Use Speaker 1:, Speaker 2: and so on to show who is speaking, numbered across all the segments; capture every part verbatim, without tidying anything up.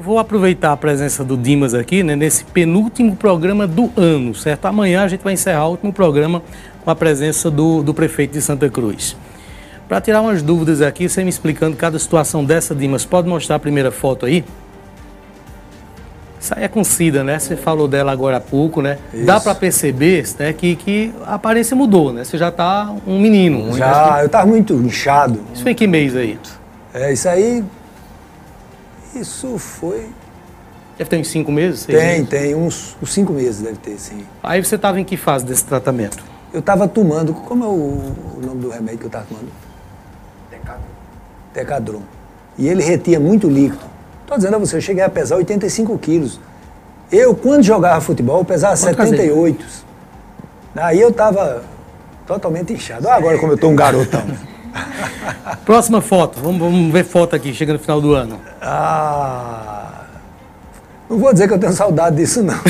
Speaker 1: Eu vou aproveitar a presença do Dimas aqui, né, nesse penúltimo programa do ano, certo? Amanhã a gente vai encerrar o último programa com a presença do, do prefeito de Santa Cruz. Para tirar umas dúvidas aqui, você me explicando cada situação dessa, Dimas, pode mostrar a primeira foto aí? Isso aí é com Cida, né? Você falou dela agora há pouco, né? Isso. Dá para perceber, né, que, que a aparência mudou, né? Você já tá um menino.
Speaker 2: Já, eu tava muito inchado.
Speaker 1: Isso foi em que mês aí?
Speaker 2: É, isso aí... Isso foi...
Speaker 1: Deve ter uns cinco meses?
Speaker 2: Tem,
Speaker 1: meses?
Speaker 2: tem. Uns, uns cinco meses deve ter, sim.
Speaker 1: Aí você estava em que fase desse tratamento?
Speaker 2: Eu estava tomando... Como é o, o nome do remédio que eu estava tomando?
Speaker 3: Decadron.
Speaker 2: Decadron. E ele retia muito líquido. Estou dizendo a você, eu cheguei a pesar oitenta e cinco quilos. Eu, quando jogava futebol, eu pesava Quanto setenta e oito. Fazer? Aí eu estava totalmente inchado. Olha agora como eu estou um garotão.
Speaker 1: Próxima foto. Vamos, vamos ver foto aqui, chega no final do ano.
Speaker 2: Ah, não vou dizer que eu tenho saudade disso, não.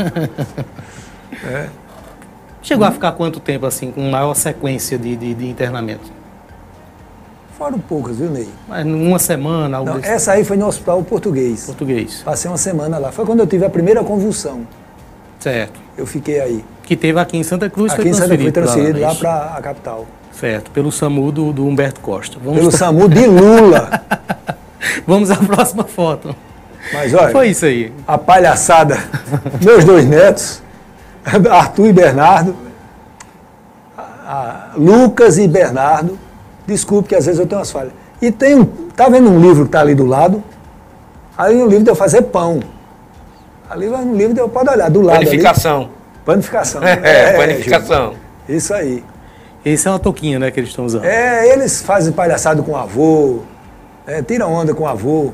Speaker 2: É.
Speaker 1: Chegou hum. a ficar quanto tempo, assim, com maior sequência de, de, de internamento?
Speaker 2: Foram poucas, viu, Ney?
Speaker 1: Mas uma semana, algo
Speaker 2: não,
Speaker 1: desse...
Speaker 2: Essa aí foi no Hospital Português.
Speaker 1: Português.
Speaker 2: Passei uma semana lá. Foi quando eu tive a primeira convulsão.
Speaker 1: Certo.
Speaker 2: Eu fiquei aí.
Speaker 1: Que teve aqui em Santa Cruz,
Speaker 2: aqui
Speaker 1: foi transferido.
Speaker 2: Foi transferido lá,
Speaker 1: lá
Speaker 2: para a capital.
Speaker 1: Certo, pelo SAMU do, do Humberto Costa. Vamos
Speaker 2: pelo
Speaker 1: pra...
Speaker 2: SAMU de Lula.
Speaker 1: Vamos à próxima foto.
Speaker 2: Mas olha,
Speaker 1: foi isso aí.
Speaker 2: A palhaçada. Meus dois netos, Arthur e Bernardo, a, a Lucas e Bernardo. Desculpe que às vezes eu tenho umas falhas. E tem um, tá vendo um livro que está ali do lado? Ali no livro de eu fazer pão. Ali no livro de eu, pode olhar, do lado
Speaker 3: Panificação.
Speaker 2: Ali. Panificação.
Speaker 3: É, é panificação.
Speaker 2: Ju. Isso aí.
Speaker 1: Esse é uma touquinha, né, que eles estão usando.
Speaker 2: É, eles fazem palhaçada com o avô, é, tiram onda com o avô.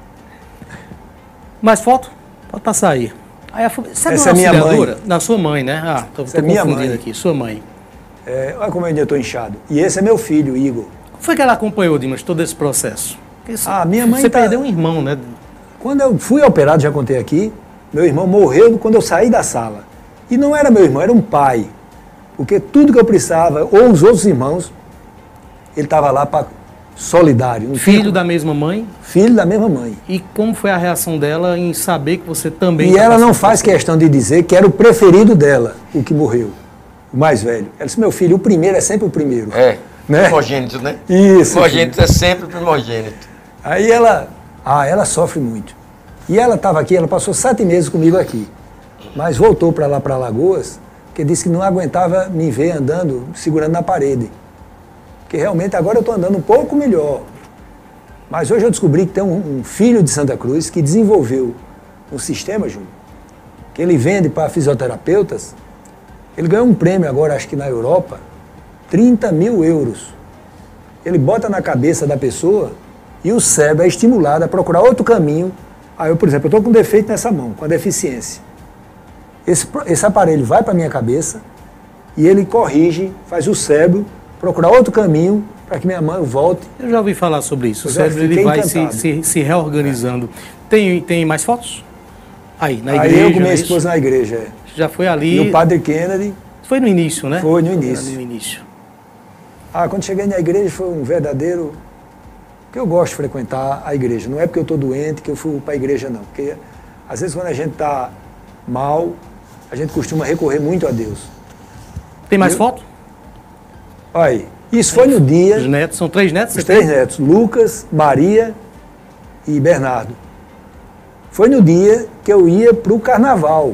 Speaker 1: Mais foto? Pode passar aí. aí a, você
Speaker 2: Essa é minha mãe.
Speaker 1: Da sua mãe, né? Ah, tô, tô
Speaker 2: é minha
Speaker 1: confundindo
Speaker 2: mãe.
Speaker 1: aqui. Sua mãe.
Speaker 2: É, olha como eu ainda estou inchado. E esse é meu filho, Igor.
Speaker 1: Como foi que ela acompanhou, Dimas, todo esse processo? Isso,
Speaker 2: ah, minha mãe
Speaker 1: Você
Speaker 2: tá...
Speaker 1: perdeu um irmão, né?
Speaker 2: Quando eu fui operado, já contei aqui, meu irmão morreu quando eu saí da sala. E não era meu irmão, era um pai. Porque tudo que eu precisava, ou os outros irmãos, ele estava lá para solidário.
Speaker 1: Filho fico... da mesma mãe?
Speaker 2: Filho da mesma mãe.
Speaker 1: E como foi a reação dela em saber que você também...
Speaker 2: E ela não faz questão de dizer que era o preferido dela, o que morreu, o mais velho. Ela disse, meu filho, o primeiro é sempre o primeiro.
Speaker 3: É,
Speaker 2: né?
Speaker 3: primogênito, né?
Speaker 2: Isso.
Speaker 3: Primogênito é sempre primogênito.
Speaker 2: Aí ela, ah, ela sofre muito. E ela estava aqui, ela passou sete meses comigo aqui. Mas voltou para lá, para Alagoas, porque disse que não aguentava me ver andando, segurando na parede. Porque realmente agora eu estou andando um pouco melhor. Mas hoje eu descobri que tem um, um filho de Santa Cruz que desenvolveu um sistema, Júnior, que ele vende para fisioterapeutas. Ele ganhou um prêmio agora, acho que na Europa, trinta mil euros. Ele bota na cabeça da pessoa e o cérebro é estimulado a procurar outro caminho. Aí eu, por exemplo, eu estou com defeito nessa mão, com a deficiência. Esse, esse aparelho vai para a minha cabeça e ele corrige, faz o cérebro procurar outro caminho para que minha mão volte.
Speaker 1: Eu já ouvi falar sobre isso.
Speaker 2: Eu
Speaker 1: o cérebro ele vai se, se, se reorganizando. É. Tem, tem mais fotos? Aí, na igreja.
Speaker 2: Aí eu com minha esposa na igreja. É.
Speaker 1: Já foi ali.
Speaker 2: E o padre Kennedy.
Speaker 1: Foi no início, né?
Speaker 2: Foi no início.
Speaker 1: Foi no início.
Speaker 2: Ah, quando cheguei na igreja foi um verdadeiro... Porque eu gosto de frequentar a igreja. Não é porque eu estou doente que eu fui para a igreja, não. Porque às vezes quando a gente está mal, a gente costuma recorrer muito a Deus.
Speaker 1: Tem mais
Speaker 2: eu...
Speaker 1: foto?
Speaker 2: Olha aí. Isso foi no dia...
Speaker 1: Os netos, são três netos?
Speaker 2: Os três tem? netos. Lucas, Maria e Bernardo. Foi no dia que eu ia para o carnaval.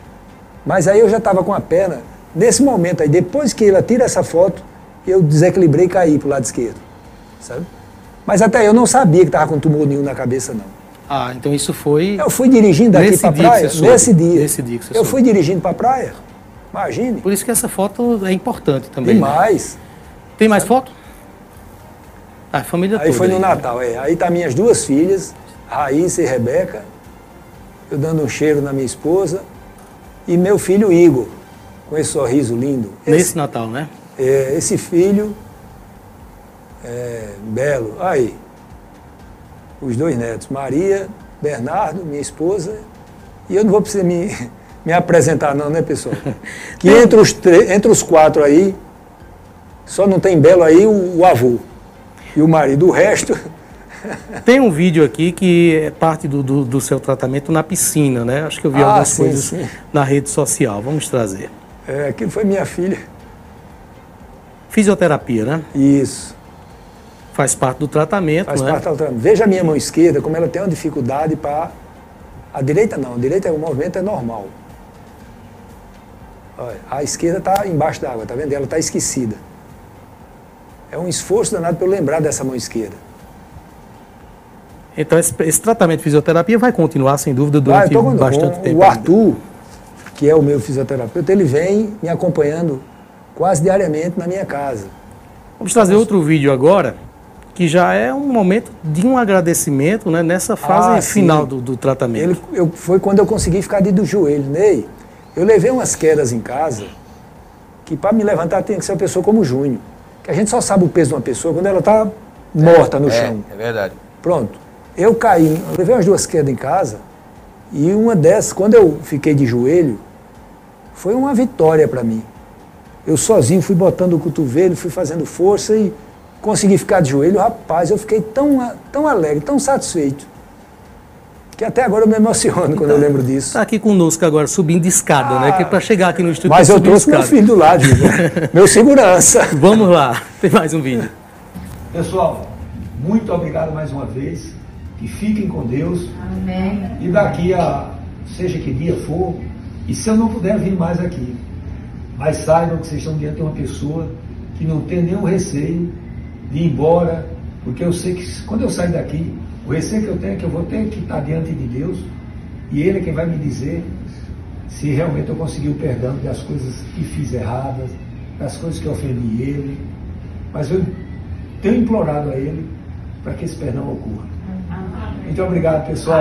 Speaker 2: Mas aí eu já estava com a perna... Nesse momento aí, depois que ela tira essa foto, eu desequilibrei e caí para o lado esquerdo. Sabe? Mas até eu não sabia que estava com tumor nenhum na cabeça, não.
Speaker 1: Ah, então isso foi...
Speaker 2: Eu fui dirigindo daqui para a praia. Nesse dia.
Speaker 1: Nesse dia que você
Speaker 2: Eu
Speaker 1: soube.
Speaker 2: fui dirigindo para a praia. Imagine.
Speaker 1: Por isso que essa foto é importante também.
Speaker 2: Demais.
Speaker 1: Né? Tem mais foto? Ah, a família toda.
Speaker 2: Aí foi no
Speaker 1: aí,
Speaker 2: Natal, é. Aí tá minhas duas filhas, Raíssa e Rebeca, eu dando um cheiro na minha esposa, e meu filho Igor, com esse sorriso lindo.
Speaker 1: Nesse
Speaker 2: esse,
Speaker 1: Natal, né?
Speaker 2: É, esse filho, é, belo. Aí, os dois netos, Maria, Bernardo, minha esposa, e eu não vou precisar me, me apresentar não, né, pessoal? Que entre os, entre os quatro aí, só não tem belo aí o, o avô e o marido. O resto
Speaker 1: Tem um vídeo aqui que é parte do, do, do seu tratamento na piscina, né? Acho que eu vi
Speaker 2: Ah,
Speaker 1: algumas
Speaker 2: sim,
Speaker 1: coisas
Speaker 2: sim.
Speaker 1: na rede social. Vamos trazer.
Speaker 2: É, aquilo foi minha filha.
Speaker 1: Fisioterapia, né?
Speaker 2: Isso.
Speaker 1: Faz parte do tratamento,
Speaker 2: Faz
Speaker 1: né?
Speaker 2: parte do tratamento. Veja a minha mão esquerda, como ela tem uma dificuldade para... A direita não, a direita o movimento é normal. Olha, a esquerda está embaixo da água, tá vendo? Ela está esquecida. É um esforço danado para eu lembrar dessa mão esquerda.
Speaker 1: Então esse, esse tratamento de fisioterapia vai continuar, sem dúvida,
Speaker 2: Vai,
Speaker 1: durante
Speaker 2: eu tô com-
Speaker 1: bastante
Speaker 2: com
Speaker 1: tempo
Speaker 2: O
Speaker 1: ainda.
Speaker 2: Arthur, que é o meu fisioterapeuta, ele vem me acompanhando quase diariamente na minha casa.
Speaker 1: Vamos trazer outro vídeo agora, que já é um momento de um agradecimento, né, nessa fase
Speaker 2: Ah,
Speaker 1: final
Speaker 2: sim.
Speaker 1: do, do tratamento.
Speaker 2: Ele, eu, foi quando eu consegui ficar de do joelho. Ney, eu levei umas quedas em casa que para me levantar tem que ser uma pessoa como o Júnior. Que a gente só sabe o peso de uma pessoa quando ela está morta no
Speaker 3: É,
Speaker 2: chão.
Speaker 3: é verdade.
Speaker 2: Pronto. Eu caí, eu levei umas duas quedas em casa e uma dessas, quando eu fiquei de joelho, foi uma vitória para mim. Eu sozinho fui botando o cotovelo, fui fazendo força e consegui ficar de joelho. Rapaz, eu fiquei tão, tão alegre, tão satisfeito, que até agora eu me emociono quando eu lembro disso.
Speaker 1: Está aqui conosco agora, subindo de escada, né? Que para chegar aqui no estúdio
Speaker 2: Mas
Speaker 1: tem
Speaker 2: eu
Speaker 1: que subir
Speaker 2: trouxe meu
Speaker 1: escada.
Speaker 2: filho do lado, Júlio. Meu segurança.
Speaker 1: Vamos lá, tem mais um vídeo.
Speaker 2: Pessoal, muito obrigado mais uma vez. Que fiquem com Deus.
Speaker 4: Amém.
Speaker 2: E daqui a, seja que dia for, e se eu não puder vir mais aqui, mas saibam que vocês estão diante de uma pessoa que não tem nenhum receio de ir embora, porque eu sei que quando eu sair daqui, o receio que eu tenho é que eu vou ter que estar diante de Deus, e Ele é quem vai me dizer se realmente eu consegui o perdão das coisas que fiz erradas, das coisas que eu ofendi Ele, mas eu tenho implorado a Ele para que esse perdão ocorra. Muito obrigado, pessoal.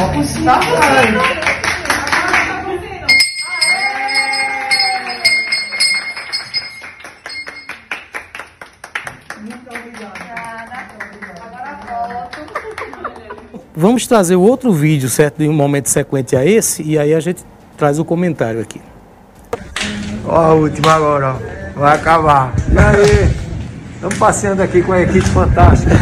Speaker 1: Vamos trazer outro vídeo, certo, de um momento sequente a esse, e aí a gente traz o comentário aqui.
Speaker 2: Ó a última agora, ó. Vai acabar. E aí? Estamos passeando aqui com a equipe fantástica.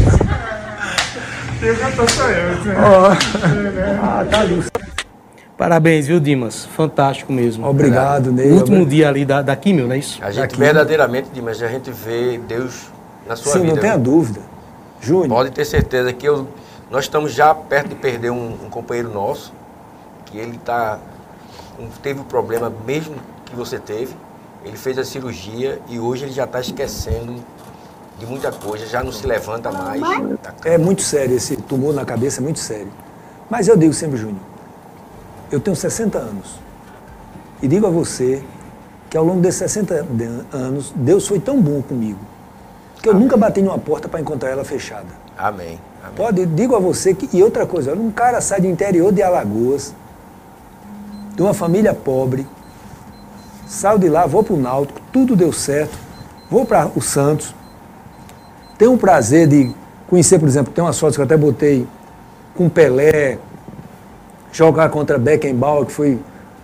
Speaker 2: Ó. Ah, tá ali.
Speaker 1: Parabéns, viu, Dimas? Fantástico mesmo.
Speaker 2: Obrigado, Ney.
Speaker 1: O último
Speaker 2: Obri-
Speaker 1: dia ali da, da químio, não é isso?
Speaker 3: A gente
Speaker 2: Aqui.
Speaker 3: verdadeiramente, Dimas, a gente vê Deus na sua
Speaker 2: Sim,
Speaker 3: vida.
Speaker 2: não tenha
Speaker 3: viu?
Speaker 2: dúvida. Júnior,
Speaker 3: Pode ter certeza que eu, nós estamos já perto de perder um, um companheiro nosso, que ele tá, um, teve o problema mesmo que você teve, ele fez a cirurgia e hoje ele já está esquecendo de muita coisa, já não se levanta mais. Tá-
Speaker 2: é muito sério, esse tumor na cabeça é muito sério. Mas eu digo sempre, Júnior, eu tenho sessenta anos. E digo a você que ao longo desses sessenta de- anos, Deus foi tão bom comigo, que eu nunca bati numa porta para encontrar ela fechada.
Speaker 3: Amém. Amém.
Speaker 2: Pode, digo a você que, e outra coisa, um cara sai do interior de Alagoas, de uma família pobre, saio de lá, vou para o Náutico, tudo deu certo, vou para o Santos, tenho o prazer de conhecer, por exemplo, tem umas fotos que eu até botei com Pelé, jogar contra Beckenbauer, que foi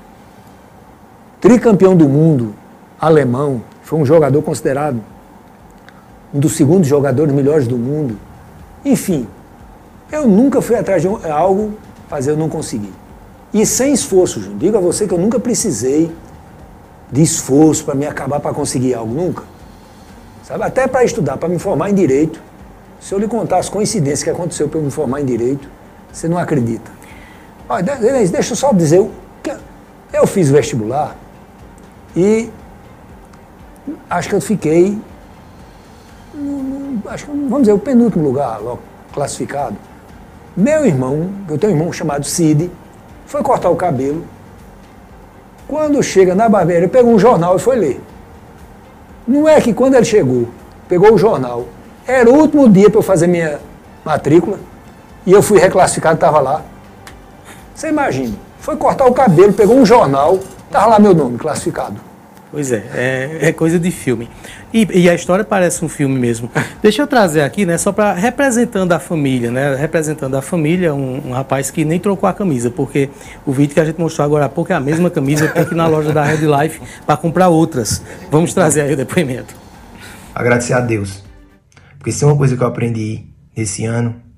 Speaker 2: tricampeão do mundo, alemão, foi um jogador considerado um dos segundos jogadores melhores do mundo. Enfim, eu nunca fui atrás de um- algo, fazer eu não consegui. E sem esforço, Júnior. Digo a você que eu nunca precisei de esforço para me acabar para conseguir algo, nunca. Sabe? Até para estudar, para me formar em Direito. Se eu lhe contar as coincidências que aconteceu para eu me formar em Direito, você não acredita. Olha, de- deixa eu só dizer, o que eu fiz vestibular e acho que eu fiquei acho que, vamos dizer, o penúltimo lugar logo, classificado. Meu irmão, eu tenho um irmão chamado Cid, foi cortar o cabelo. Quando chega na barbearia, pegou um jornal e foi ler. Não é que quando ele chegou, pegou o jornal, era o último dia para eu fazer minha matrícula, e eu fui reclassificado, estava lá. Você imagina, foi cortar o cabelo, pegou um jornal, estava lá meu nome, classificado.
Speaker 1: Pois é, é, é coisa de filme. E, e a história parece um filme mesmo. Deixa eu trazer aqui, né, só para representando a família, né, representando a família, um, um rapaz que nem trocou a camisa, porque o vídeo que a gente mostrou agora há pouco é a mesma camisa, tem que ir na loja da Red Life para comprar outras. Vamos trazer aí o depoimento.
Speaker 5: Agradecer a Deus, porque se é uma coisa que eu aprendi nesse ano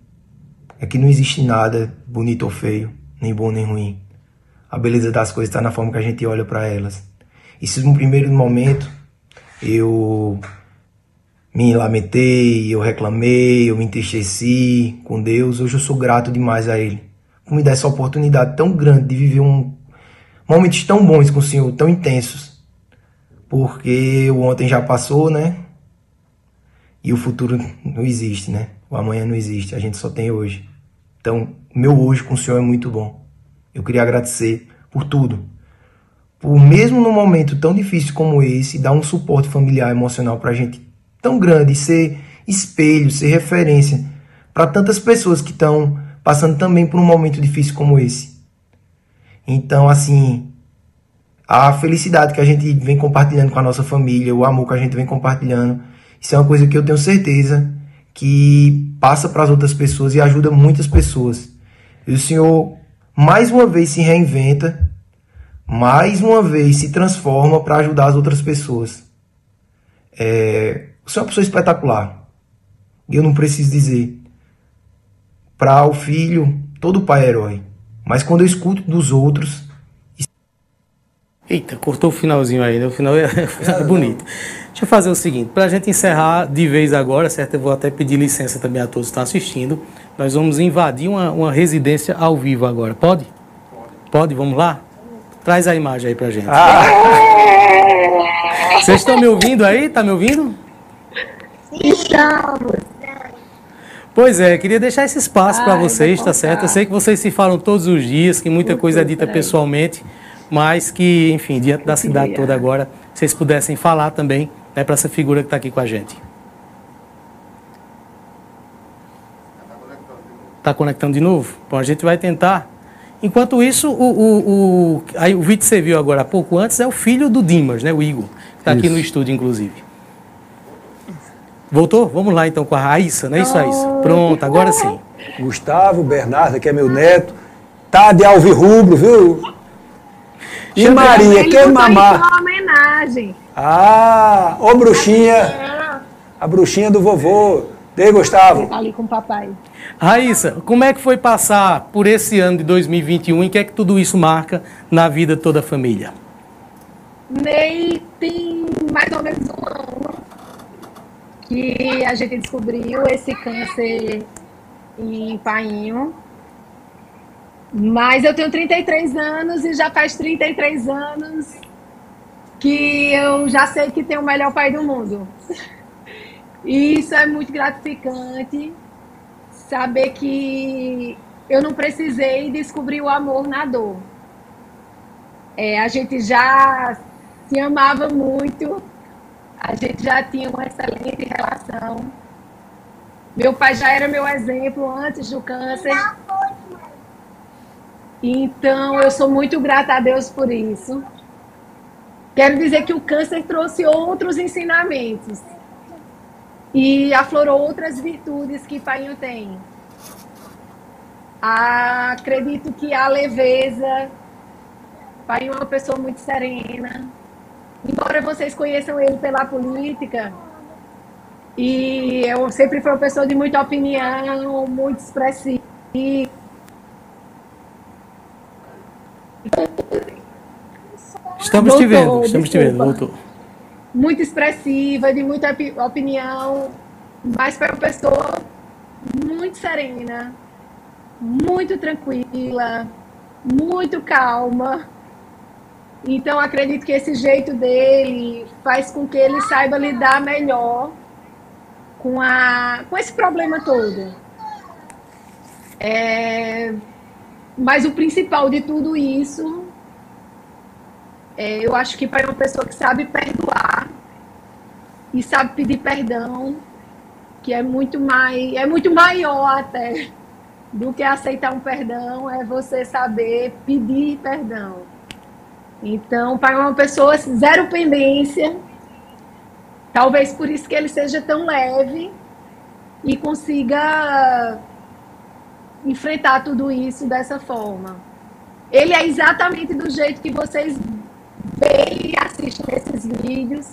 Speaker 4: é que não existe nada bonito ou feio, nem bom nem ruim. A beleza das coisas está na forma que a gente olha para elas. E se no primeiro momento eu me lamentei, eu reclamei, eu me entristeci com Deus, hoje eu sou grato demais a Ele por me dar essa oportunidade tão grande de viver um, momentos tão bons com o Senhor, tão intensos. Porque o ontem já passou, né? E o futuro não existe, né? O amanhã não existe, a gente só tem hoje. Então, o meu hoje com o Senhor é muito bom. Eu queria agradecer por tudo. Por mesmo num momento tão difícil como esse, dar um suporte familiar, emocional pra gente tão grande, ser espelho, ser referência para tantas pessoas que estão passando também por um momento difícil como esse. Então, assim, a felicidade que a gente vem compartilhando com a nossa família, o amor que a gente vem compartilhando, isso é uma coisa que eu tenho certeza que passa para as outras pessoas e ajuda muitas pessoas. E o Senhor, mais uma vez, se reinventa, mais uma vez se transforma para ajudar as outras pessoas. É, você é uma pessoa espetacular. E eu não preciso dizer. Para o filho, todo pai é herói. Mas quando eu escuto dos outros...
Speaker 1: Eita, cortou o finalzinho aí, né? O final é, é bonito. Deixa eu fazer o seguinte, para a gente encerrar de vez agora, certo? Eu vou até pedir licença também a todos que estão assistindo. Nós vamos invadir uma, uma residência ao vivo agora. Pode? Pode. Pode? Vamos lá? Traz a imagem aí pra gente. Ah. Vocês estão me ouvindo aí? Tá me ouvindo?
Speaker 5: Estamos.
Speaker 1: Pois é, queria deixar esse espaço para vocês, tá certo? Eu sei que vocês se falam todos os dias, que muita coisa é dita pessoalmente, mas que, enfim, diante da cidade toda agora, vocês pudessem falar também, né, para essa figura que está aqui com a gente. Está conectando de novo? Bom, a gente vai tentar. Enquanto isso, o, o, o, aí, o vídeo que você viu agora há pouco antes é o filho do Dimas, né, o Igor, que está aqui no estúdio, inclusive. Voltou? Vamos lá então com a Raíssa, não é isso, Raíssa? Pronto, agora sim.
Speaker 2: Gustavo, Bernardo, que é meu neto. Tá de alvirrubro, viu? E Chama Maria,
Speaker 5: ele
Speaker 2: quer mamar?
Speaker 5: Uma homenagem.
Speaker 2: Ah, ô bruxinha. A bruxinha do vovô. Dei, Gustavo.
Speaker 5: Ele tá ali com o papai.
Speaker 1: Raíssa, como é que foi passar por esse ano de dois mil e vinte e um? Em que é que tudo isso marca na vida de toda a família?
Speaker 5: Ney tem mais ou menos um ano que a gente descobriu esse câncer em painho. Mas eu tenho trinta e três anos e já faz trinta e três anos que eu já sei que tem o melhor pai do mundo. E isso é muito gratificante, saber que eu não precisei descobrir o amor na dor. É, a gente já se amava muito, a gente já tinha uma excelente relação. Meu pai já era meu exemplo antes do câncer. Então, eu sou muito grata a Deus por isso. Quero dizer que o câncer trouxe outros ensinamentos e aflorou outras virtudes que Painho tem. Acredito que a leveza, Painho é uma pessoa muito serena. Embora vocês conheçam ele pela política, e eu sempre fui uma pessoa de muita opinião, muito expressiva.
Speaker 1: Estamos te vendo, estamos te vendo, voltou.
Speaker 5: Muito expressiva, de muita opinião, mas para uma pessoa muito serena, muito tranquila, muito calma. Então, acredito que esse jeito dele faz com que ele saiba lidar melhor com, a, com esse problema todo. É, mas o principal de tudo isso, é, eu acho que para uma pessoa que sabe perdoar e sabe pedir perdão, que é muito, mais, é muito maior até do que aceitar um perdão, é você saber pedir perdão. Então, para uma pessoa zero pendência, talvez por isso que ele seja tão leve e consiga enfrentar tudo isso dessa forma. Ele é exatamente do jeito que vocês veem e assistem esses vídeos.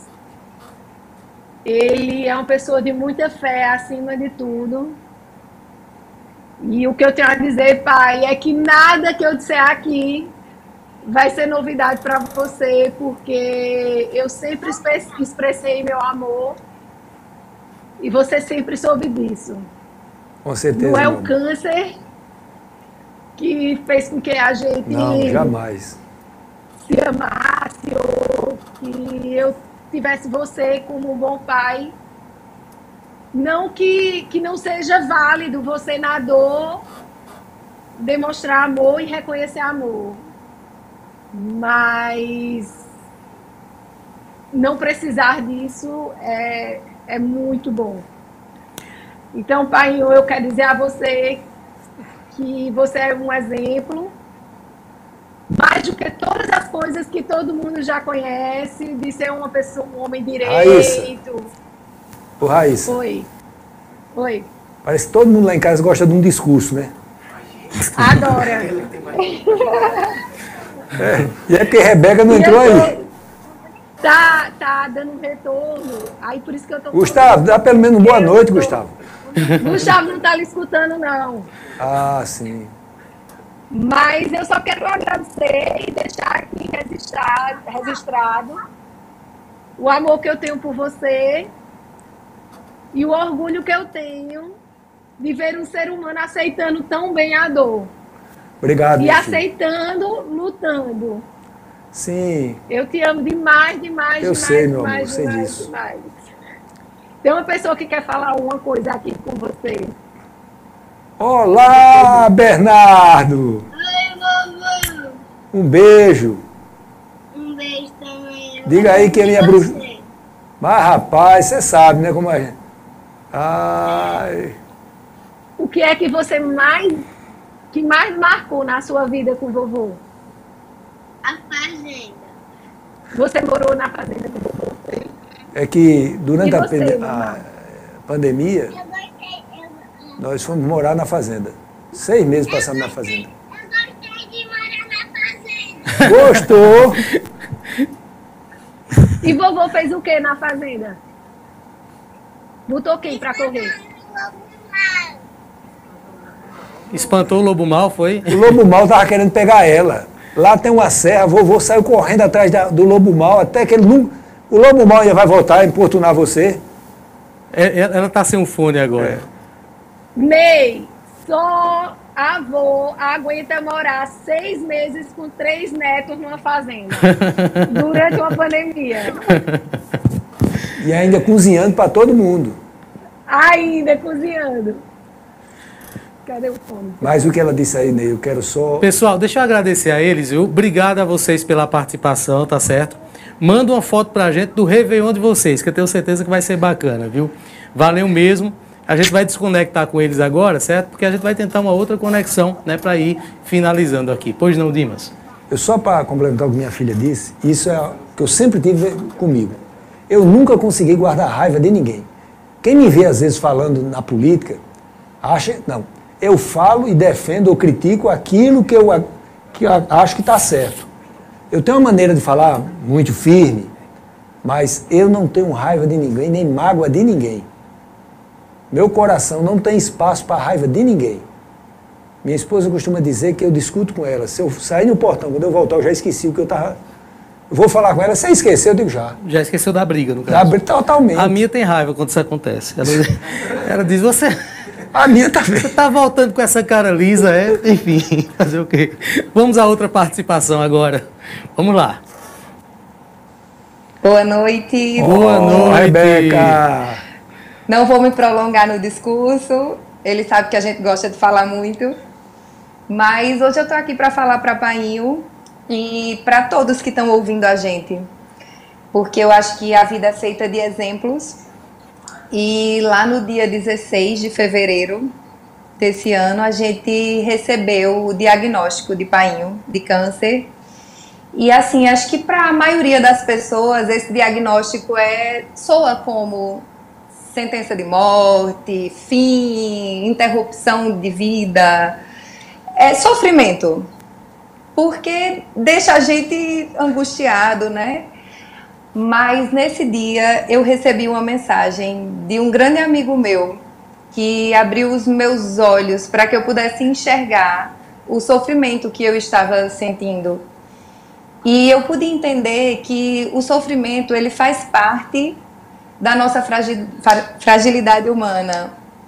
Speaker 5: Ele é uma pessoa de muita fé acima de tudo. E o que eu tenho a dizer, pai, é que nada que eu disser aqui vai ser novidade para você, porque eu sempre expressei meu amor e você sempre soube disso.
Speaker 2: Com certeza.
Speaker 5: Não é o
Speaker 2: não.
Speaker 5: câncer que fez com que a gente
Speaker 2: Não, jamais.
Speaker 5: se amasse ou que eu tivesse você como um bom pai. Não que, que não seja válido você na dor demonstrar amor e reconhecer amor. Mas não precisar disso é, é muito bom. Então, pai, eu quero dizer a você que você é um exemplo, mais do que todas as coisas que todo mundo já conhece, de ser uma pessoa, um homem direito.
Speaker 2: Raíssa. Ô, Raíssa.
Speaker 5: Oi. Oi.
Speaker 2: Parece que todo mundo lá em casa gosta de um discurso, né?
Speaker 5: Adora.
Speaker 2: É, e é porque Rebeca não entrou aí.
Speaker 5: Tá, tá dando um retorno. Aí por isso que eu tô
Speaker 2: Gustavo,
Speaker 5: falando.
Speaker 2: dá pelo menos boa noite, Gustavo.
Speaker 5: Gustavo não tá lhe escutando, não.
Speaker 2: Ah, sim.
Speaker 5: Mas eu só quero agradecer e deixar aqui registrado, registrado o amor que eu tenho por você e o orgulho que eu tenho de ver um ser humano aceitando tão bem a dor.
Speaker 2: Obrigado,
Speaker 5: E
Speaker 2: meu filho.
Speaker 5: aceitando, lutando.
Speaker 2: Sim.
Speaker 5: Eu te amo demais, demais,
Speaker 2: Eu
Speaker 5: demais,
Speaker 2: sei, meu
Speaker 5: demais,
Speaker 2: amor, sei
Speaker 5: demais,
Speaker 2: disso.
Speaker 5: demais. Tem uma pessoa que quer falar uma coisa aqui com você.
Speaker 2: Olá, Bernardo!
Speaker 6: Oi, vovô.
Speaker 2: Um beijo.
Speaker 6: Um beijo também.
Speaker 2: Diga aí que ele é
Speaker 6: E
Speaker 2: bruxo.
Speaker 6: você?
Speaker 2: Mas, rapaz, você sabe, né, como é. Ai,
Speaker 5: O que é que você mais, que mais marcou na sua vida com o vovô?
Speaker 6: A fazenda.
Speaker 5: Você morou na fazenda com o vovô?
Speaker 2: é que durante
Speaker 5: E
Speaker 2: a,
Speaker 5: você,
Speaker 2: pande-
Speaker 5: mamãe?
Speaker 2: a pandemia,
Speaker 6: Eu gostei, eu,
Speaker 2: nós fomos morar na fazenda. Seis meses passamos na fazenda.
Speaker 6: eu gostei de morar na fazenda.
Speaker 2: Gostou?
Speaker 5: E vovô fez o que na fazenda? Botou quem pra correr?
Speaker 1: Espantou o lobo mal, foi?
Speaker 2: O lobo mau tava querendo pegar ela. Lá tem uma serra, vovô saiu correndo atrás da- do lobo mau, até que ele não... O lobo mau ainda vai voltar a importunar você.
Speaker 1: É, Ela ela tá sem um fone agora.
Speaker 5: Ney, só avô aguenta morar seis meses com três netos numa fazenda. Durante uma pandemia.
Speaker 2: E ainda cozinhando para todo mundo.
Speaker 5: Ainda cozinhando. Cadê o fone?
Speaker 2: Mas o que ela disse aí, Ney, eu quero só...
Speaker 1: Pessoal, deixa eu agradecer a eles, viu? Obrigado a vocês pela participação, tá certo? Manda uma foto pra gente do Réveillon de vocês, que eu tenho certeza que vai ser bacana, viu? Valeu mesmo. A gente vai desconectar com eles agora, certo? Porque a gente vai tentar uma outra conexão, né, para ir finalizando aqui. Pois não, Dimas?
Speaker 2: Eu só para complementar o que minha filha disse, isso é o que eu sempre tive comigo. Eu nunca consegui guardar raiva de ninguém. Quem me vê às vezes falando na política, acha... Não, eu falo e defendo ou critico aquilo que eu, que eu acho que está certo. Eu tenho uma maneira de falar muito firme, mas eu não tenho raiva de ninguém, nem mágoa de ninguém. Meu coração não tem espaço para raiva de ninguém. Minha esposa costuma dizer que eu discuto com ela. Se eu sair no portão, quando eu voltar, eu já esqueci o que eu estava... Eu vou falar com ela, se eu esquecer, eu digo já.
Speaker 1: Já esqueceu da briga, no
Speaker 2: Dá
Speaker 1: caso.
Speaker 2: briga totalmente.
Speaker 1: A minha tem raiva quando isso acontece. Ela, ela diz, você...
Speaker 2: A minha tá vendo.
Speaker 1: Você tá voltando com essa cara lisa, é? Enfim, fazer o quê? Vamos à outra participação agora. Vamos lá.
Speaker 7: Boa noite.
Speaker 1: Boa
Speaker 2: Oh,
Speaker 1: noite.
Speaker 2: Rebeca.
Speaker 7: Não vou me prolongar no discurso. Ele sabe que a gente gosta de falar muito. Mas hoje eu tô aqui para falar para Painho e para todos que estão ouvindo a gente. Porque eu acho que a vida é feita de exemplos. E lá no dia dezesseis de fevereiro desse ano, a gente recebeu o diagnóstico de Painho, de câncer. E assim, acho que para a maioria das pessoas, esse diagnóstico é, soa como sentença de morte, fim, interrupção de vida, é sofrimento. Porque deixa a gente angustiado, né? Mas nesse dia eu recebi uma mensagem de um grande amigo meu que abriu os meus olhos para que eu pudesse enxergar o sofrimento que eu estava sentindo. E eu pude entender que o sofrimento, ele faz parte da nossa fragilidade humana.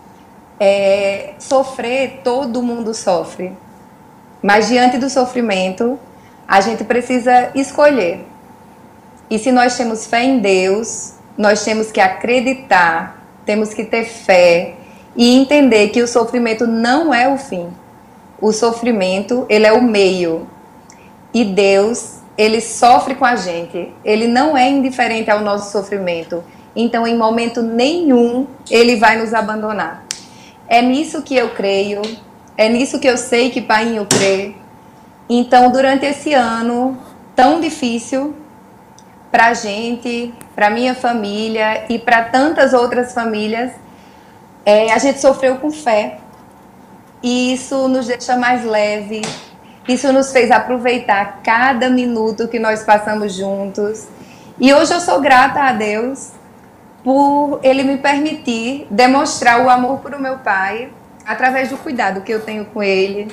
Speaker 7: É, sofrer, todo mundo sofre. Mas diante do sofrimento, a gente precisa escolher. E se nós temos fé em Deus, nós temos que acreditar, temos que ter fé e entender que o sofrimento não é o fim. O sofrimento, ele é o meio. E Deus, ele sofre com a gente. Ele não é indiferente ao nosso sofrimento. Então, em momento nenhum, ele vai nos abandonar. É nisso que eu creio. É nisso que eu sei que Painho crê. Então, durante esse ano tão difícil para a gente, para minha família e para tantas outras famílias, é, a gente sofreu com fé. E isso nos deixa mais leve. Isso nos fez aproveitar cada minuto que nós passamos juntos. E hoje eu sou grata a Deus por Ele me permitir demonstrar o amor por o meu pai através do cuidado que eu tenho com ele,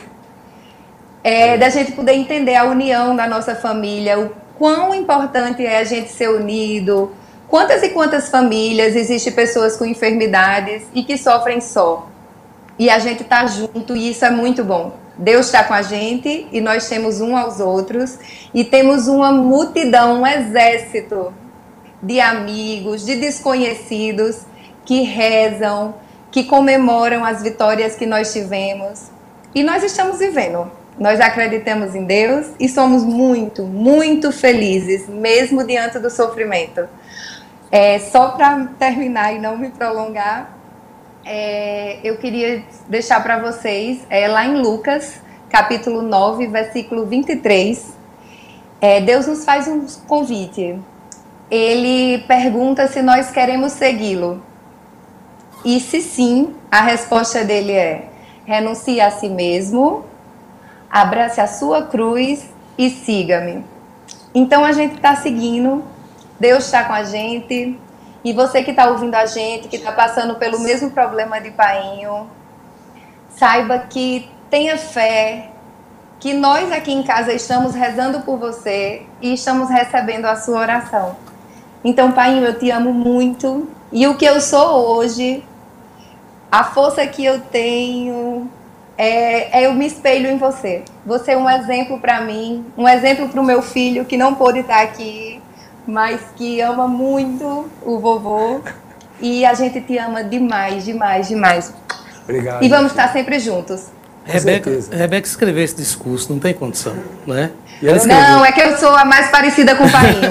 Speaker 7: é, da gente poder entender a união da nossa família, o quão importante é a gente ser unido, quantas e quantas famílias existem pessoas com enfermidades e que sofrem só, e a gente está junto, e isso é muito bom. Deus está com a gente e nós temos um aos outros e temos uma multidão, um exército de amigos, de desconhecidos que rezam, que comemoram as vitórias que nós tivemos. E nós estamos vivendo. Nós acreditamos em Deus e somos muito, muito felizes, mesmo diante do sofrimento. É, só para terminar e não me prolongar, é, eu queria deixar para vocês, é, lá em Lucas, capítulo nove, versículo vinte e três, é, Deus nos faz um convite. Ele pergunta se nós queremos segui-lo. E se sim, a resposta dele é: renuncie a si mesmo, abrace a sua cruz e siga-me. Então a gente está seguindo, Deus está com a gente, e você que está ouvindo a gente, que está passando pelo mesmo problema de Painho, saiba que tenha fé, que nós aqui em casa estamos rezando por você e estamos recebendo a sua oração. Então, Painho, eu te amo muito, e o que eu sou hoje, a força que eu tenho, é, é eu me espelho em você. Você é um exemplo para mim, um exemplo para o meu filho que não pôde estar aqui, mas que ama muito o vovô. E a gente te ama demais, demais, demais.
Speaker 2: Obrigado.
Speaker 7: E vamos estar sempre juntos.
Speaker 1: Rebeca, Rebeca escreveu esse discurso, não tem condição, não é?
Speaker 7: Não, é que eu sou a mais parecida com o Painho.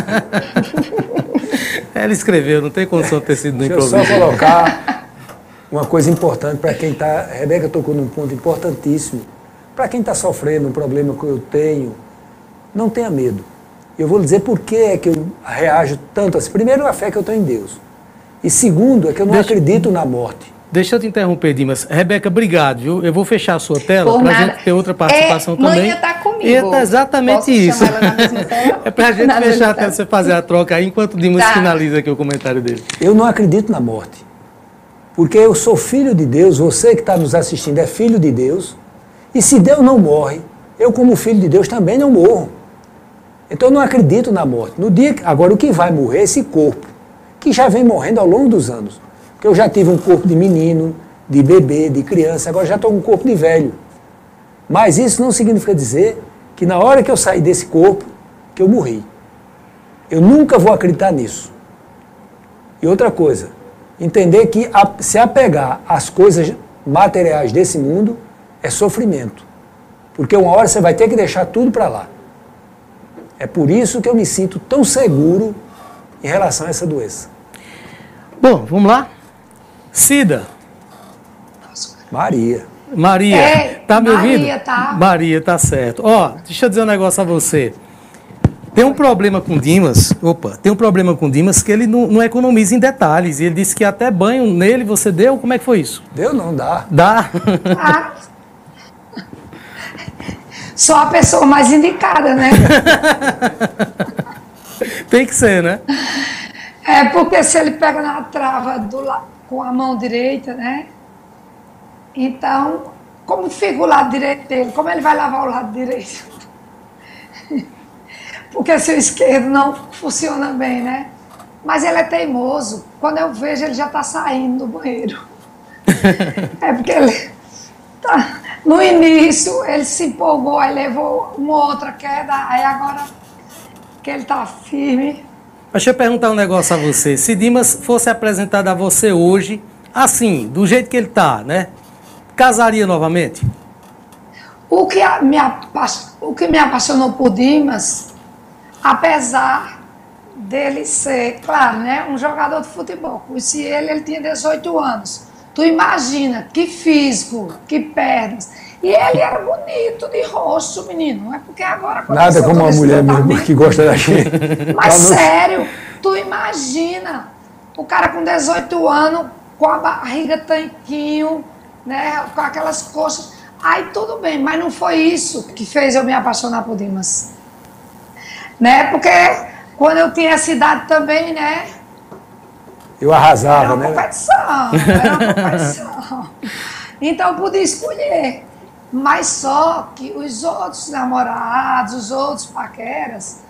Speaker 1: Ela escreveu, não tem condição de ter sido no improviso.
Speaker 2: Deixa eu só colocar uma coisa importante para quem está... Rebeca tocou num ponto importantíssimo. Para quem está sofrendo um problema que eu tenho, não tenha medo. Eu vou lhe dizer por que é que eu reajo tanto assim. Primeiro, a fé que eu tenho em Deus. E segundo, é que eu não Deixa... acredito na morte.
Speaker 1: Deixa eu te interromper, Dimas. Rebeca, obrigado, viu? Eu vou fechar a sua tela para a gente ter outra participação
Speaker 7: é,
Speaker 1: também.
Speaker 7: Mãe está comigo.
Speaker 1: É exatamente
Speaker 7: Posso
Speaker 1: isso.
Speaker 7: Ela na mesma tela?
Speaker 1: É para a gente na fechar a tela, você fazer a troca aí, enquanto o Dimas tá. finaliza aqui o comentário dele.
Speaker 2: Eu não acredito na morte. Porque eu sou filho de Deus, você que está nos assistindo é filho de Deus. E se Deus não morre, eu como filho de Deus também não morro. Então eu não acredito na morte. No dia, agora o que vai morrer é esse corpo, que já vem morrendo ao longo dos anos. Porque eu já tive um corpo de menino, de bebê, de criança, agora já estou com um corpo de velho. Mas isso não significa dizer que na hora que eu sair desse corpo, que eu morri. Eu nunca vou acreditar nisso. E outra coisa, entender que a, se apegar às coisas materiais desse mundo é sofrimento. Porque uma hora você vai ter que deixar tudo para lá. É por isso que eu me sinto tão seguro em relação a essa doença.
Speaker 1: Bom, vamos lá? Cida.
Speaker 2: Maria.
Speaker 1: Maria,
Speaker 5: é,
Speaker 1: tá me
Speaker 5: Maria,
Speaker 1: ouvindo?
Speaker 5: tá.
Speaker 1: Maria, tá certo. Ó, deixa eu dizer um negócio a você. Tem um problema com o Dimas, opa, tem um problema com o Dimas que ele não, não economiza em detalhes. E ele disse que até banho nele você deu. Como é que foi isso?
Speaker 2: Deu não, dá.
Speaker 1: Dá?
Speaker 5: Ah, só a pessoa mais indicada, né?
Speaker 1: Tem que ser, né?
Speaker 5: É porque se ele pega na trava do lado,
Speaker 8: com a mão direita, né? Então, como fica o lado direito dele? Como ele vai lavar o lado direito? Porque se o esquerdo não funciona bem, né? Mas ele é teimoso. Quando eu vejo, ele já está saindo do banheiro. É porque ele tá, no início ele se empolgou, aí levou uma outra queda, aí agora que ele está firme.
Speaker 1: Deixa eu perguntar um negócio a você. Se Dimas fosse apresentado a você hoje, assim, do jeito que ele está, né? Casaria novamente?
Speaker 8: O que, a, me, apa- o que me apaixonou por Dimas, apesar dele ser, claro, né, um jogador de futebol, conheci ele, ele tinha dezoito anos. Tu imagina, que físico, que pernas. E ele era bonito de rosto, menino. Não é porque agora...
Speaker 2: Nada como uma mulher mesmo que gosta da gente.
Speaker 8: Mas sério, tu imagina o cara com dezoito anos, com a barriga tanquinho, né, com aquelas coxas. Aí tudo bem, mas não foi isso que fez eu me apaixonar por Dimas. Né, porque quando eu tinha essa idade também, né...
Speaker 2: Eu arrasava,
Speaker 8: era uma
Speaker 2: né?
Speaker 8: competição, era uma competição. Então eu podia escolher. Mas só que os outros namorados, os outros paqueras,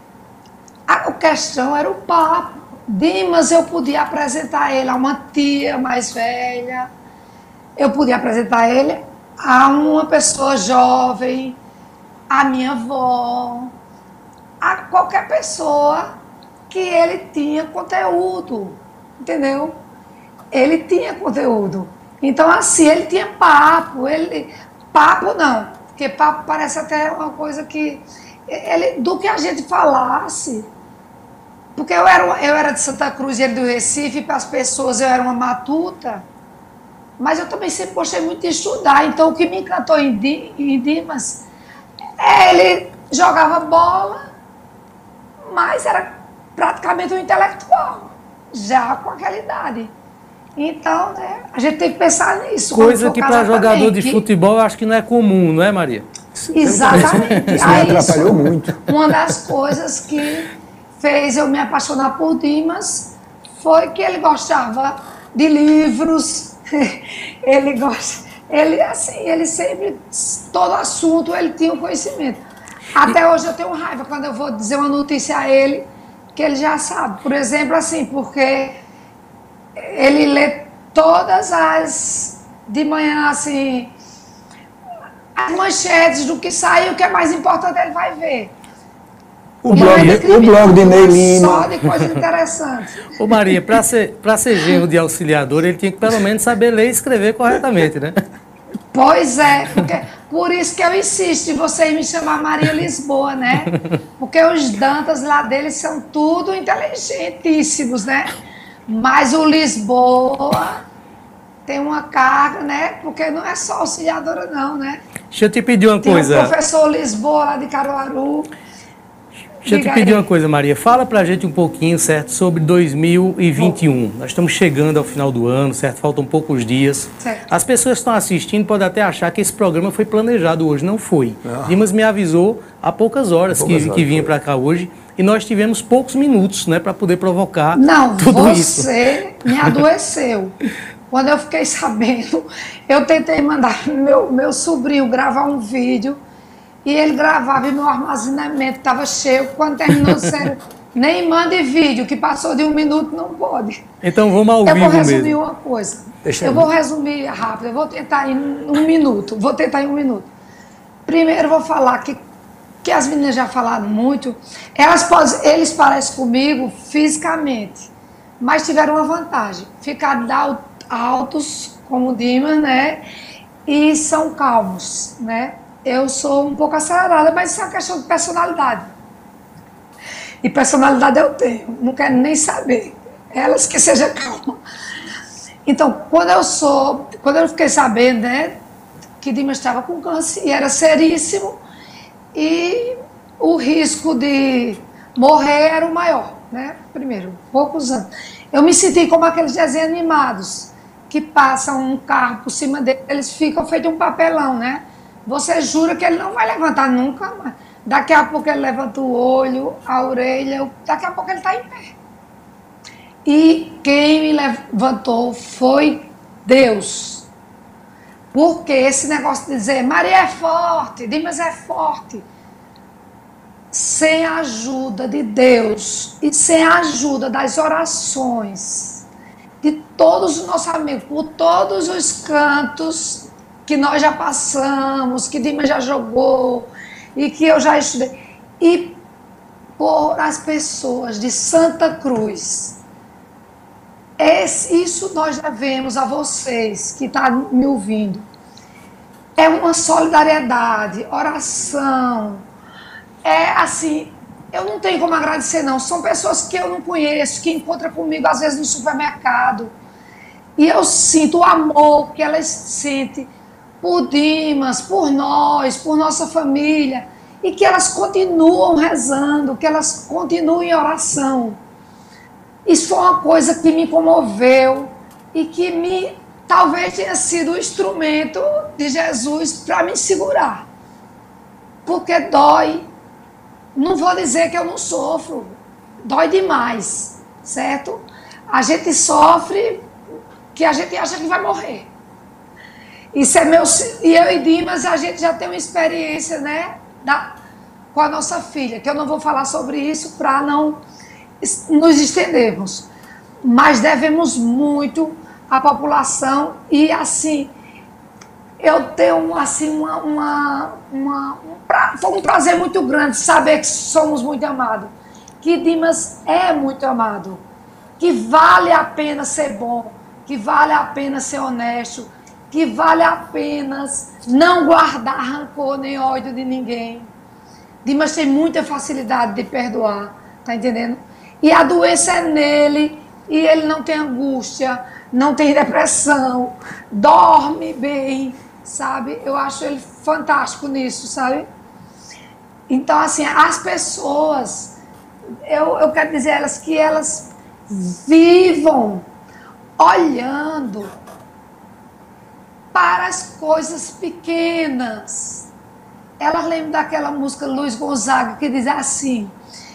Speaker 8: a questão era o papo. Dimas, eu podia apresentar ele a uma tia mais velha, eu podia apresentar ele a uma pessoa jovem, a minha avó, a qualquer pessoa que ele tinha conteúdo, entendeu? Ele tinha conteúdo. Então, assim, ele tinha papo, ele... Papo não, porque papo parece até uma coisa que... Ele, do que a gente falasse, porque eu era, eu era de Santa Cruz e ele do Recife, para as pessoas eu era uma matuta, mas eu também sempre gostei muito de estudar, então o que me encantou em, Di, em Dimas, é, ele jogava bola, mas era praticamente um intelectual, já com aquela idade. Então, né, a gente tem que pensar nisso.
Speaker 1: Coisa que para jogador
Speaker 8: também,
Speaker 1: de
Speaker 8: que...
Speaker 1: futebol eu acho que não é comum, não é, Maria?
Speaker 8: Exatamente.
Speaker 2: Isso me atrapalhou muito.
Speaker 8: Uma das coisas que fez eu me apaixonar por Dimas foi que ele gostava de livros, ele gosta, ele assim, ele sempre, todo assunto ele tinha um conhecimento. Até hoje eu tenho raiva quando eu vou dizer uma notícia a ele, que ele já sabe. Por exemplo, assim, porque ele lê todas as, de manhã, assim, as manchetes do que sai, o que é mais importante ele vai ver.
Speaker 2: O blog, de, o blog de Ney Lima.
Speaker 8: Só de coisa interessante.
Speaker 1: Ô Maria, para ser, para ser genro de auxiliador, ele tinha que pelo menos saber ler e escrever corretamente, né?
Speaker 8: Pois é, porque, por isso que eu insisto em vocês me chamar Maria Lisboa, né? Porque os Dantas lá deles são tudo inteligentíssimos, né? Mas o Lisboa tem uma carga, né? Porque não é só auxiliadora, não, né?
Speaker 1: Deixa eu te pedir uma
Speaker 8: tem
Speaker 1: coisa.
Speaker 8: Tem o professor Lisboa lá de Caruaru.
Speaker 1: Deixa eu te pedir uma coisa, Maria. Fala pra gente um pouquinho, certo, sobre dois mil e vinte e um. Bom, nós estamos chegando ao final do ano, certo? Faltam poucos dias.
Speaker 8: Certo.
Speaker 1: As pessoas que estão assistindo podem até achar que esse programa foi planejado hoje. Não foi.
Speaker 2: Não.
Speaker 1: Dimas me avisou há poucas horas, poucas que, horas que vinha para cá hoje. E nós tivemos poucos minutos, né, para poder provocar
Speaker 8: não,
Speaker 1: tudo
Speaker 8: você
Speaker 1: isso.
Speaker 8: Você me adoeceu. Quando eu fiquei sabendo, eu tentei mandar meu, meu sobrinho gravar um vídeo e ele gravava e meu armazenamento estava cheio. Quando terminou, disseram, nem mande vídeo, que passou de um minuto, não pode.
Speaker 1: Então vamos ao
Speaker 8: eu
Speaker 1: vivo mesmo.
Speaker 8: Eu vou resumir uma coisa.
Speaker 2: Deixa
Speaker 8: eu
Speaker 2: eu
Speaker 8: vou resumir rápido, eu vou tentar em um minuto. Vou tentar em um minuto. Primeiro eu vou falar que que as meninas já falaram muito, elas podem, eles parecem comigo fisicamente, mas tiveram uma vantagem, ficaram altos, como o Dimas, né, e são calmos, né. Eu sou um pouco acelerada, mas isso é uma questão de personalidade. E personalidade eu tenho, não quero nem saber, elas que sejam calmas. Então, quando eu sou, quando eu fiquei sabendo, né, que Dimas estava com câncer, e era seríssimo, e o risco de morrer era o maior, né? Primeiro, poucos anos. Eu me senti como aqueles desenhos animados, que passam um carro por cima deles, eles ficam feito um papelão, né? Você jura que ele não vai levantar nunca mais. Daqui a pouco ele levanta o olho, a orelha, daqui a pouco ele está em pé. E quem me levantou foi Deus. Porque esse negócio de dizer, Maria é forte, Dimas é forte, sem a ajuda de Deus e sem a ajuda das orações de todos os nossos amigos, por todos os cantos que nós já passamos, que Dimas já jogou e que eu já estudei, e por as pessoas de Santa Cruz. Esse, isso nós devemos a vocês que estão me ouvindo. É uma solidariedade, oração. É assim, eu não tenho como agradecer não. São pessoas que eu não conheço, que encontram comigo às vezes no supermercado. E eu sinto o amor que elas sentem por Dimas, por nós, por nossa família. E que elas continuam rezando, que elas continuam em oração. Isso foi uma coisa que me comoveu e que me talvez tenha sido o instrumento de Jesus para me segurar. Porque dói. Não vou dizer que eu não sofro. Dói demais, certo? A gente sofre que a gente acha que vai morrer. Isso é meu... E eu e Dimas, a gente já tem uma experiência, né? Da, com a nossa filha, que eu não vou falar sobre isso para não nos estendermos, mas devemos muito à população e assim, eu tenho assim uma, uma, uma um, pra, foi um prazer muito grande saber que somos muito amados, que Dimas é muito amado, que vale a pena ser bom, que vale a pena ser honesto, que vale a pena não guardar rancor nem ódio de ninguém. Dimas tem muita facilidade de perdoar, tá entendendo? E a doença é nele, e ele não tem angústia, não tem depressão, dorme bem, sabe? Eu acho ele fantástico nisso, sabe? Então, assim, as pessoas, eu, eu quero dizer a elas que elas vivam olhando para as coisas pequenas. Elas lembram daquela música Luiz Gonzaga que diz assim,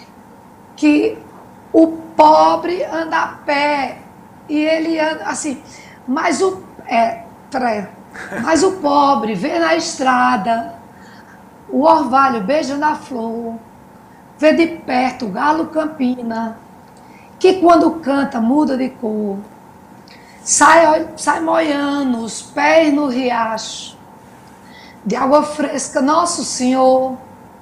Speaker 8: que o pobre anda a pé e ele anda assim, mas o, é, mas o pobre vê na estrada o orvalho beijando a flor, vê de perto o galo campina, que quando canta muda de cor, sai, sai moiando os pés no riacho, de água fresca, Nosso Senhor,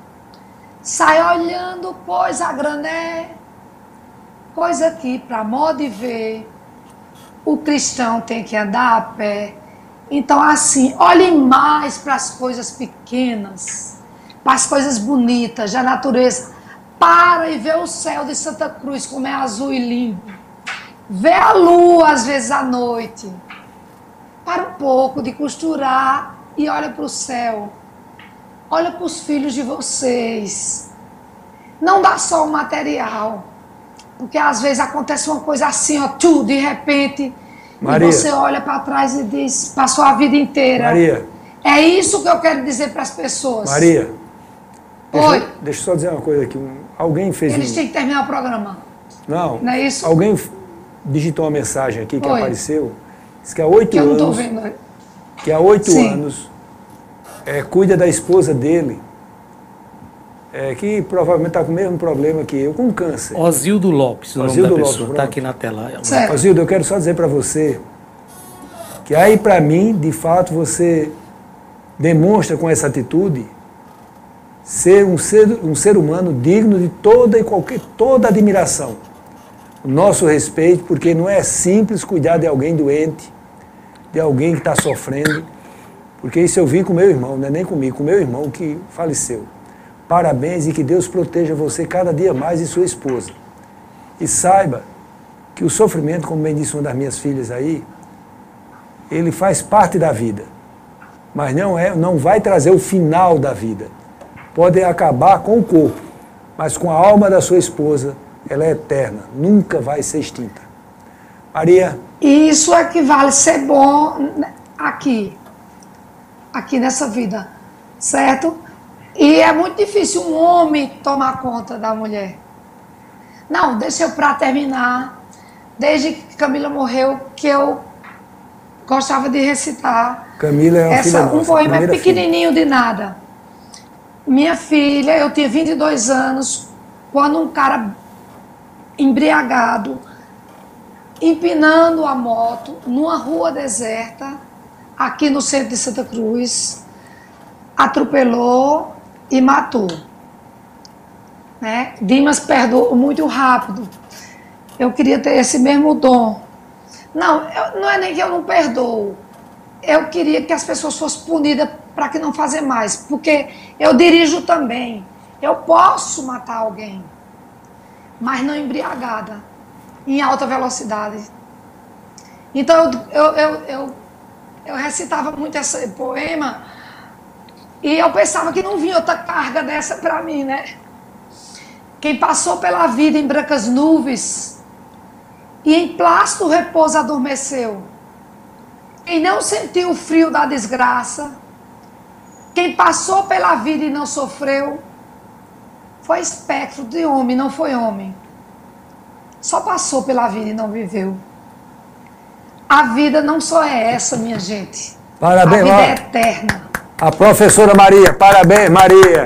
Speaker 8: sai olhando, pois a grané, coisa que, para modo de ver, o cristão tem que andar a pé. Então, assim, olhe mais para as coisas pequenas, para as coisas bonitas da natureza. Para e vê o céu de Santa Cruz, como é azul e lindo. Vê a lua, às vezes, à noite. Para um pouco de costurar e olha para o céu. Olha para os filhos de vocês. Não dá só o material. Porque às vezes acontece uma coisa assim, ó, tu, de repente, Maria, e você olha para trás e diz, passou a vida inteira.
Speaker 2: Maria.
Speaker 8: É isso que eu quero dizer para as pessoas.
Speaker 2: Maria.
Speaker 8: Oi.
Speaker 2: Deixa, deixa eu só dizer uma coisa aqui. Alguém fez...
Speaker 8: Eles
Speaker 2: um...
Speaker 8: têm que terminar o programa.
Speaker 2: Não.
Speaker 8: Não é isso?
Speaker 2: Alguém digitou uma mensagem aqui que
Speaker 8: Oi.
Speaker 2: apareceu. Diz que há oito
Speaker 8: que eu
Speaker 2: anos...
Speaker 8: não tô vendo.
Speaker 2: Que há oito
Speaker 8: Sim.
Speaker 2: anos é, cuida da esposa dele. É, que provavelmente está com o mesmo problema que eu, com câncer.
Speaker 1: Osildo Lopes, o nome
Speaker 2: Osílio
Speaker 1: da
Speaker 2: Lopes,
Speaker 1: pessoa, está aqui na tela.
Speaker 8: Certo.
Speaker 2: Osildo, eu quero só dizer para você que aí para mim, de fato, você demonstra com essa atitude ser um ser, um ser humano digno de toda e qualquer, toda admiração. O nosso respeito, porque não é simples cuidar de alguém doente, de alguém que está sofrendo, porque isso eu vi com meu irmão, não é nem comigo, com meu irmão que faleceu. Parabéns e que Deus proteja você cada dia mais e sua esposa. E saiba que o sofrimento, como bem disse uma das minhas filhas aí, ele faz parte da vida, mas não, é, não vai trazer o final da vida. Pode acabar com o corpo, mas com a alma da sua esposa, ela é eterna, nunca vai ser extinta. Maria?
Speaker 8: E isso equivale a ser bom aqui, aqui nessa vida, certo? E é muito difícil um homem tomar conta da mulher. Não, deixa eu para terminar. desde que Camila morreu, que eu gostava de recitar.
Speaker 2: Camila é uma
Speaker 8: Essa,
Speaker 2: filha
Speaker 8: um
Speaker 2: nossa,
Speaker 8: poema
Speaker 2: primeira
Speaker 8: pequenininho filha. De nada. Minha filha, eu tinha vinte e dois anos, quando um cara embriagado, empinando a moto, numa rua deserta, aqui no centro de Santa Cruz, atropelou e matou. Né? Dimas perdoou muito rápido. Eu queria ter esse mesmo dom. Não, eu, não é nem que eu não perdoo. Eu queria que as pessoas fossem punidas para que não fazer mais. Porque eu dirijo também. Eu posso matar alguém, mas não embriagada, em alta velocidade. Então eu, eu, eu, eu, eu recitava muito esse poema e eu pensava que não vinha outra carga dessa para mim, né? Quem passou pela vida em brancas nuvens e em plácido repouso adormeceu. Quem não sentiu o frio da desgraça, quem passou pela vida e não sofreu, foi espectro de homem, não foi homem. Só passou pela vida e não viveu. A vida não só é essa, minha gente.
Speaker 2: Parabéns,
Speaker 8: a vida
Speaker 2: ó,
Speaker 8: é eterna.
Speaker 2: A professora Maria, parabéns, Maria.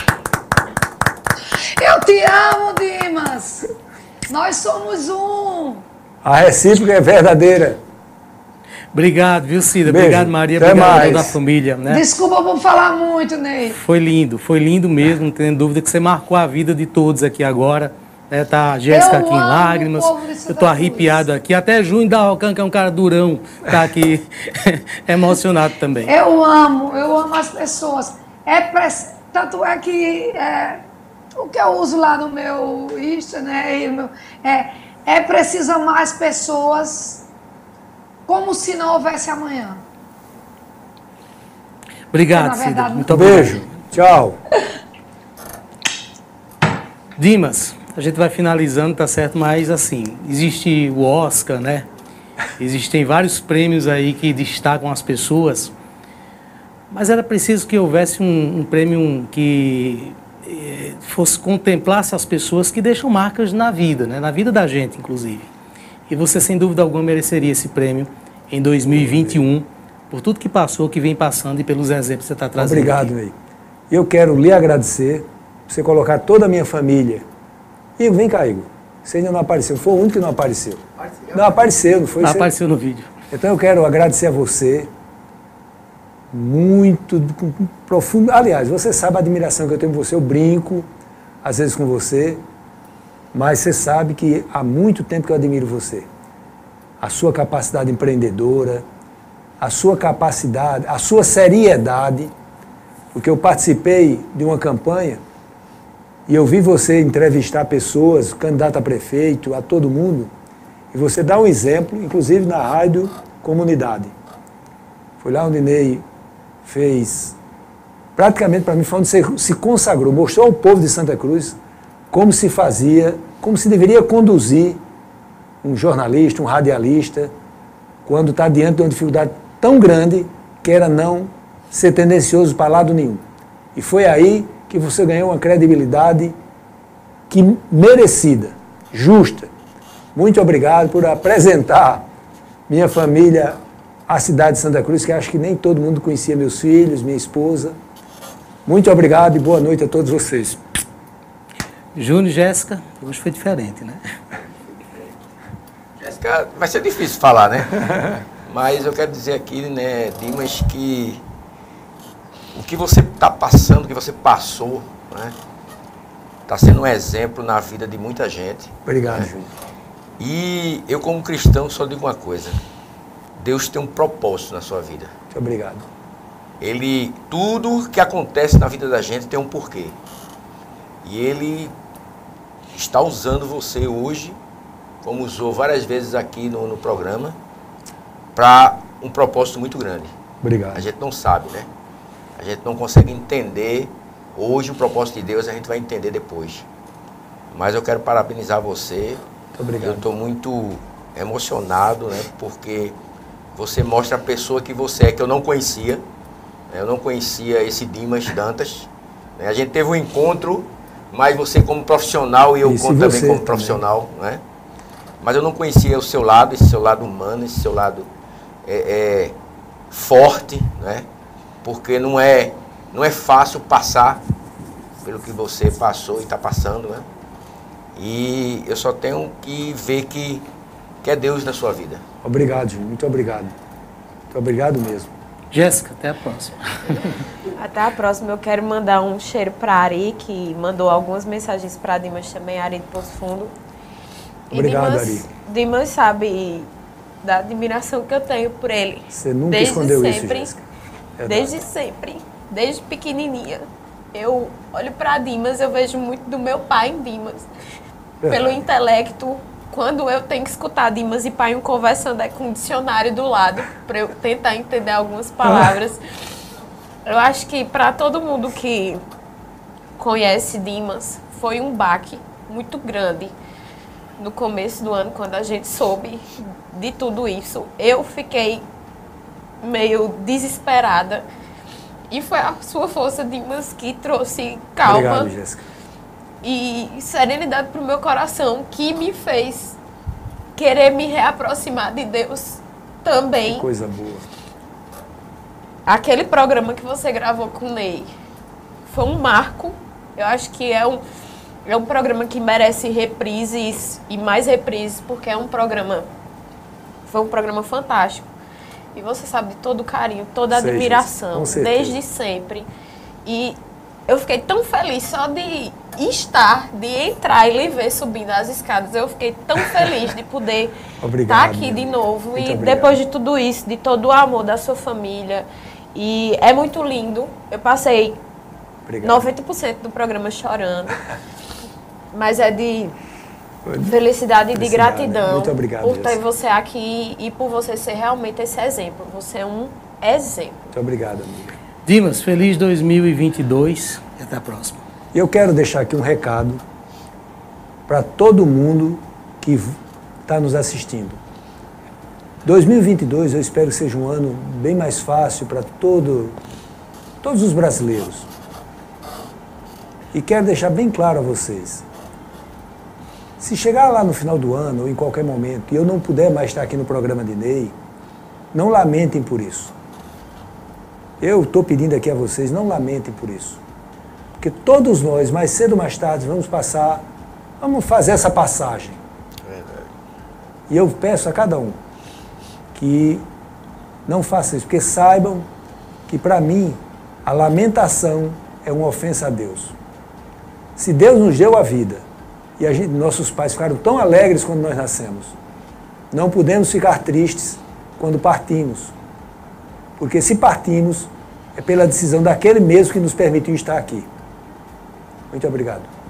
Speaker 8: Eu te amo, Dimas. Nós somos um.
Speaker 2: A recíproca é verdadeira.
Speaker 1: Obrigado, viu, Cida?
Speaker 2: Beijo.
Speaker 1: Obrigado, Maria.
Speaker 2: Até
Speaker 1: Obrigado
Speaker 2: mais.
Speaker 1: a toda a família. Né?
Speaker 8: Desculpa por falar muito, Ney.
Speaker 1: Foi lindo, foi lindo mesmo. Não tenho dúvida que você marcou a vida de todos aqui agora. É, tá a Jéssica aqui em lágrimas. Eu tô arrepiado aqui. Até Júnior da Rocan, que é um cara durão, tá aqui emocionado também.
Speaker 8: Eu amo, eu amo as pessoas. É pre... Tanto é que é, o que eu uso lá no meu Insta, né? E meu, é, é preciso amar as pessoas como se não houvesse amanhã.
Speaker 1: Obrigado,
Speaker 8: Porque, na verdade,
Speaker 1: Cida. Muito obrigado.
Speaker 2: Beijo. Tchau.
Speaker 1: Dimas, a gente vai finalizando, tá certo? Mas, assim, existe o Oscar, né? Existem vários prêmios aí que destacam as pessoas. Mas era preciso que houvesse um, um prêmio que eh, fosse contemplasse as pessoas que deixam marcas na vida, né? Na vida da gente, inclusive. E você, sem dúvida alguma, mereceria esse prêmio em dois mil e vinte e um, por tudo que passou, que vem passando e pelos exemplos que você está trazendo.
Speaker 2: Obrigado, Ney. Eu quero lhe agradecer por você colocar toda a minha família. Igor, vem cá, Igor. Você ainda não apareceu. Foi o único que não apareceu. Apareceu. Não, apareceu, não foi?
Speaker 1: Não,
Speaker 2: você...
Speaker 1: apareceu no vídeo.
Speaker 2: Então eu quero agradecer a você. Muito, com, com profundo. Aliás, você sabe a admiração que eu tenho por você. Eu brinco, às vezes, com você. Mas você sabe que há muito tempo que eu admiro você. A sua capacidade empreendedora, a sua capacidade, a sua seriedade. Porque eu participei de uma campanha e eu vi você entrevistar pessoas, candidato a prefeito, a todo mundo, e você dá um exemplo, inclusive na Rádio Comunidade. Foi lá onde Ney fez, praticamente para mim, foi onde você se consagrou, mostrou ao povo de Santa Cruz como se fazia, como se deveria conduzir um jornalista, um radialista, quando está diante de uma dificuldade tão grande que era não ser tendencioso para lado nenhum. E foi aí que você ganhou uma credibilidade que merecida, justa. Muito obrigado por apresentar minha família à cidade de Santa Cruz, que acho que nem todo mundo conhecia meus filhos, minha esposa. Muito obrigado e boa noite a todos vocês.
Speaker 1: Júnior e Jéssica, hoje foi diferente, né?
Speaker 3: Jéssica, vai ser difícil falar, né? Mas eu quero dizer aqui, né, Dimas, que o que você está passando, o que você passou, né, está sendo um exemplo na vida de muita gente.
Speaker 2: Obrigado,
Speaker 3: né?
Speaker 2: Júnior.
Speaker 3: E eu, como cristão, só digo uma coisa. Deus tem um propósito na sua vida.
Speaker 2: Muito obrigado.
Speaker 3: Ele, tudo que acontece na vida da gente tem um porquê. E Ele está usando você hoje, como usou várias vezes aqui no, no programa, para um propósito muito grande.
Speaker 2: Obrigado.
Speaker 3: A gente não sabe, né? A gente não consegue entender hoje o propósito de Deus, a gente vai entender depois. Mas eu quero parabenizar você.
Speaker 2: Muito obrigado.
Speaker 3: Eu estou muito emocionado, né? Porque você mostra a pessoa que você é, que eu não conhecia. Eu não conhecia esse Dimas Dantas. A gente teve um encontro, mas você como profissional e eu
Speaker 2: Isso,
Speaker 3: como
Speaker 2: e
Speaker 3: também
Speaker 2: você
Speaker 3: como
Speaker 2: também.
Speaker 3: profissional, né? mas eu não conhecia o seu lado, esse seu lado humano, esse seu lado é, é, forte, né? Porque não é, não é fácil passar pelo que você passou e está passando, né? E eu só tenho que ver que, que é Deus na sua vida.
Speaker 2: Obrigado, Júnior. Muito obrigado. Muito obrigado mesmo.
Speaker 1: Jéssica, até a próxima.
Speaker 9: Até a próxima. Eu quero mandar um cheiro para a Ari, que mandou algumas mensagens para Dimas também, Ari de Poço Fundo. E
Speaker 2: Obrigado,
Speaker 9: Dimas,
Speaker 2: Ari.
Speaker 9: Dimas sabe da admiração que eu tenho por ele.
Speaker 2: Você nunca
Speaker 9: desde
Speaker 2: escondeu
Speaker 9: sempre,
Speaker 2: isso, Jéssica.
Speaker 9: Desde sempre, desde pequenininha. Eu olho para Dimas, eu vejo muito do meu pai em Dimas.
Speaker 2: Verdade.
Speaker 9: Pelo intelecto. Quando eu tenho que escutar Dimas e pai conversando é com um dicionário do lado, para eu tentar entender algumas palavras. Eu acho que para todo mundo que conhece Dimas, foi um baque muito grande no começo do ano, quando a gente soube de tudo isso. Eu fiquei meio desesperada. E foi a sua força, Dimas, que trouxe calma.
Speaker 2: Obrigado, Jéssica.
Speaker 9: E serenidade para o meu coração, que me fez querer me reaproximar de Deus também.
Speaker 2: Que coisa boa.
Speaker 9: Aquele programa que você gravou com o Ney foi um marco. Eu acho que é um, é um programa que merece reprises e mais reprises, porque é um programa, foi um programa fantástico. E você sabe de todo o carinho, toda a
Speaker 2: Sei,
Speaker 9: admiração,
Speaker 2: com certeza.
Speaker 9: desde sempre. E eu fiquei tão feliz só de estar, de entrar e lhe ver subindo as escadas. Eu fiquei tão feliz de poder estar aqui de novo.
Speaker 2: Muito
Speaker 9: e
Speaker 2: obrigado.
Speaker 9: depois de tudo isso, de todo o amor da sua família. E é muito lindo. Eu passei
Speaker 2: Obrigado.
Speaker 9: noventa por cento do programa chorando. Mas é de felicidade e de
Speaker 2: Felicidade.
Speaker 9: gratidão
Speaker 2: Muito obrigado,
Speaker 9: por ter
Speaker 2: Jéssica.
Speaker 9: você aqui e por você ser realmente esse exemplo. Você é um exemplo.
Speaker 2: Muito obrigado, amiga.
Speaker 1: Dimas, feliz dois mil e vinte e dois e até a próxima.
Speaker 2: E eu quero deixar aqui um recado para todo mundo que está nos assistindo. dois mil e vinte e dois eu espero que seja um ano bem mais fácil para todo, todos os brasileiros. E quero deixar bem claro a vocês. Se chegar lá no final do ano ou em qualquer momento e eu não puder mais estar aqui no programa de Ney, não lamentem por isso. Eu estou pedindo aqui a vocês, não lamentem por isso. Porque todos nós, mais cedo ou mais tarde, vamos passar, vamos fazer essa passagem.
Speaker 3: Verdade.
Speaker 2: E eu peço a cada um que não faça isso, porque saibam que, para mim, a lamentação é uma ofensa a Deus. Se Deus nos deu a vida, e a gente, nossos pais ficaram tão alegres quando nós nascemos, não podemos ficar tristes quando partimos. Porque se partimos, é pela decisão daquele mesmo que nos permitiu estar aqui. Muito obrigado.